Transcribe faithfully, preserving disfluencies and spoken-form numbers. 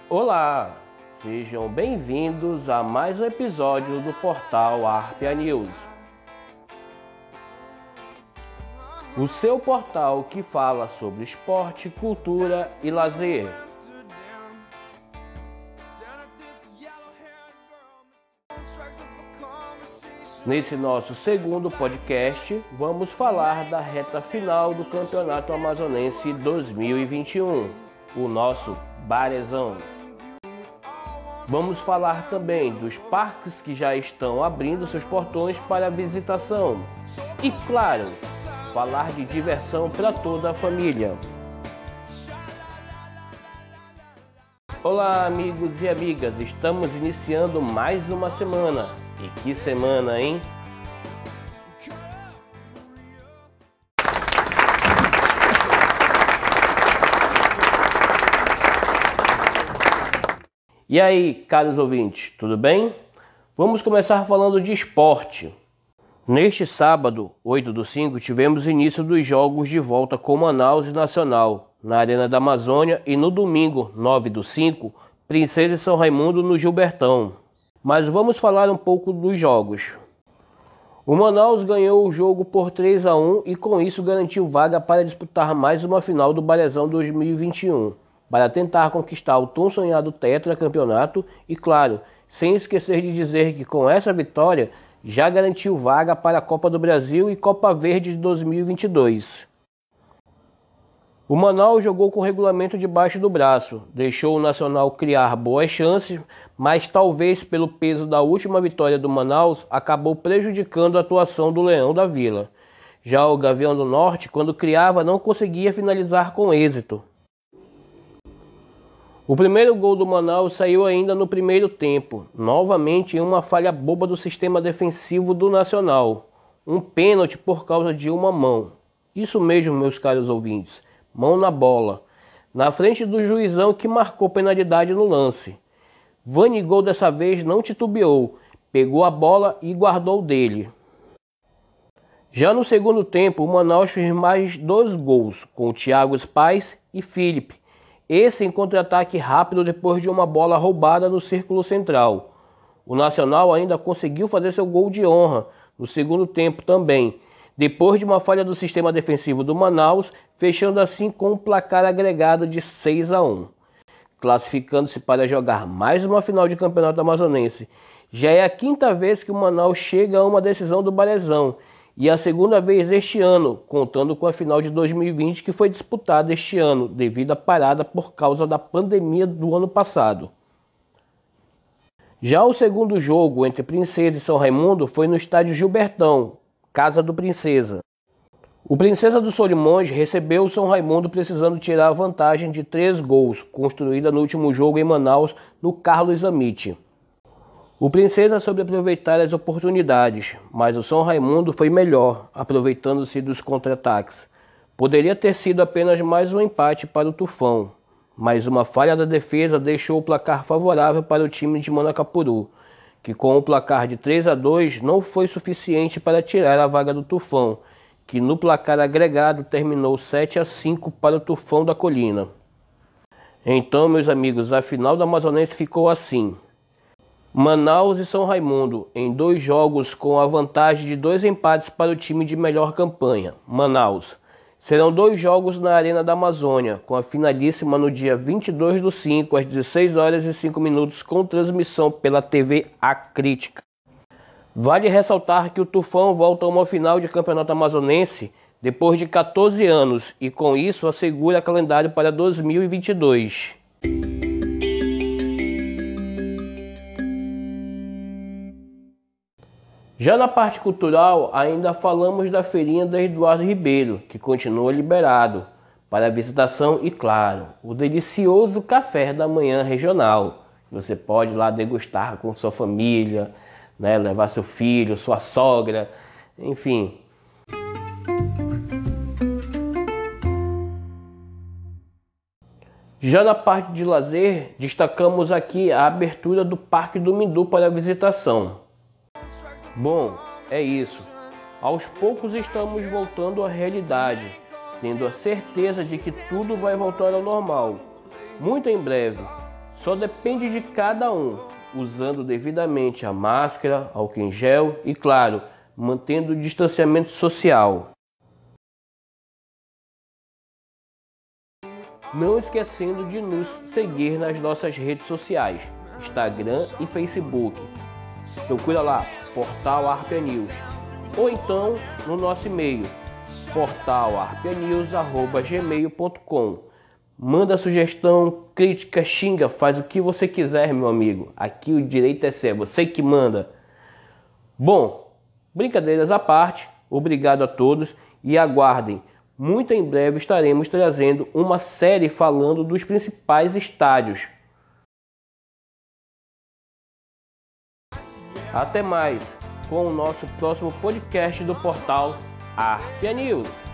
Olá, sejam bem-vindos a mais um episódio do portal Arpia News. O seu portal que fala sobre esporte, cultura e lazer. Nesse nosso segundo podcast, vamos falar da reta final do Campeonato Amazonense dois mil e vinte e um, o nosso Barezão. Vamos falar também dos parques que já estão abrindo seus portões para visitação. E claro, falar de diversão para toda a família. Olá amigos e amigas, estamos iniciando mais uma semana. E que semana, hein? E aí, caros ouvintes, tudo bem? Vamos começar falando de esporte. Neste sábado, oito do cinco, tivemos início dos jogos de volta com Manaus e Nacional, na Arena da Amazônia, e no domingo, nove do cinco, Princesa e São Raimundo no Gilbertão. Mas vamos falar um pouco dos jogos. O Manaus ganhou o jogo por três a um e com isso garantiu vaga para disputar mais uma final do Barezão dois mil e vinte e um, para tentar conquistar o tão sonhado tetracampeonato e, claro, sem esquecer de dizer que com essa vitória já garantiu vaga para a Copa do Brasil e Copa Verde de dois mil e vinte e dois. O Manaus jogou com o regulamento debaixo do braço, deixou o Nacional criar boas chances, mas talvez pelo peso da última vitória do Manaus acabou prejudicando a atuação do Leão da Vila. Já o Gavião do Norte, quando criava, não conseguia finalizar com êxito. O primeiro gol do Manaus saiu ainda no primeiro tempo, novamente em uma falha boba do sistema defensivo do Nacional. Um pênalti por causa de uma mão. Isso mesmo, meus caros ouvintes, mão na bola, na frente do juizão que marcou penalidade no lance. Vanigol dessa vez não titubeou, pegou a bola e guardou dele. Já no segundo tempo, o Manaus fez mais dois gols, com o Thiago Spais e Felipe. Esse em contra-ataque rápido depois de uma bola roubada no círculo central. O Nacional ainda conseguiu fazer seu gol de honra no segundo tempo também, depois de uma falha do sistema defensivo do Manaus, fechando assim com um placar agregado de seis a um. Classificando-se para jogar mais uma final de campeonato amazonense. Já é a quinta vez que o Manaus chega a uma decisão do Barezão, e a segunda vez este ano, contando com a final de dois mil e vinte que foi disputada este ano, devido à parada por causa da pandemia do ano passado. Já o segundo jogo entre Princesa e São Raimundo foi no estádio Gilbertão, casa do Princesa. O Princesa do Solimões recebeu o São Raimundo precisando tirar a vantagem de três gols, construída no último jogo em Manaus, no Carlos Amite. O Princesa soube aproveitar as oportunidades, mas o São Raimundo foi melhor, aproveitando-se dos contra-ataques. Poderia ter sido apenas mais um empate para o Tufão, mas uma falha da defesa deixou o placar favorável para o time de Manacapuru, que com o placar de três a dois não foi suficiente para tirar a vaga do Tufão, que no placar agregado terminou sete a cinco para o Tufão da Colina. Então, meus amigos, a final da Amazonense ficou assim. Manaus e São Raimundo, em dois jogos com a vantagem de dois empates para o time de melhor campanha, Manaus. Serão dois jogos na Arena da Amazônia, com a finalíssima no dia vinte e dois do cinco, às dezesseis horas e cinco minutos, com transmissão pela T V A Crítica. Vale ressaltar que o Tufão volta a uma final de campeonato amazonense depois de quatorze anos e com isso assegura calendário para dois mil e vinte e dois. Já na parte cultural, ainda falamos da feirinha da Eduardo Ribeiro, que continua liberado para visitação e, claro, o delicioso café da manhã regional. Você pode ir lá degustar com sua família, né, levar seu filho, sua sogra, enfim. Já na parte de lazer, destacamos aqui a abertura do Parque do Mindu para visitação. Bom, é isso. Aos poucos estamos voltando à realidade, tendo a certeza de que tudo vai voltar ao normal, muito em breve. Só depende de cada um, usando devidamente a máscara, álcool em gel e, claro, mantendo o distanciamento social. Não esquecendo de nos seguir nas nossas redes sociais, Instagram e Facebook. Procura lá, Portal Arpia News. Ou então no nosso e-mail, portal arpia news arroba gmail ponto com. Manda sugestão, crítica, xinga, faz o que você quiser, meu amigo. Aqui o direito é seu, é você que manda. Bom, brincadeiras à parte, obrigado a todos e aguardem. Muito em breve estaremos trazendo uma série falando dos principais estádios. Até mais com o nosso próximo podcast do portal Arpia News.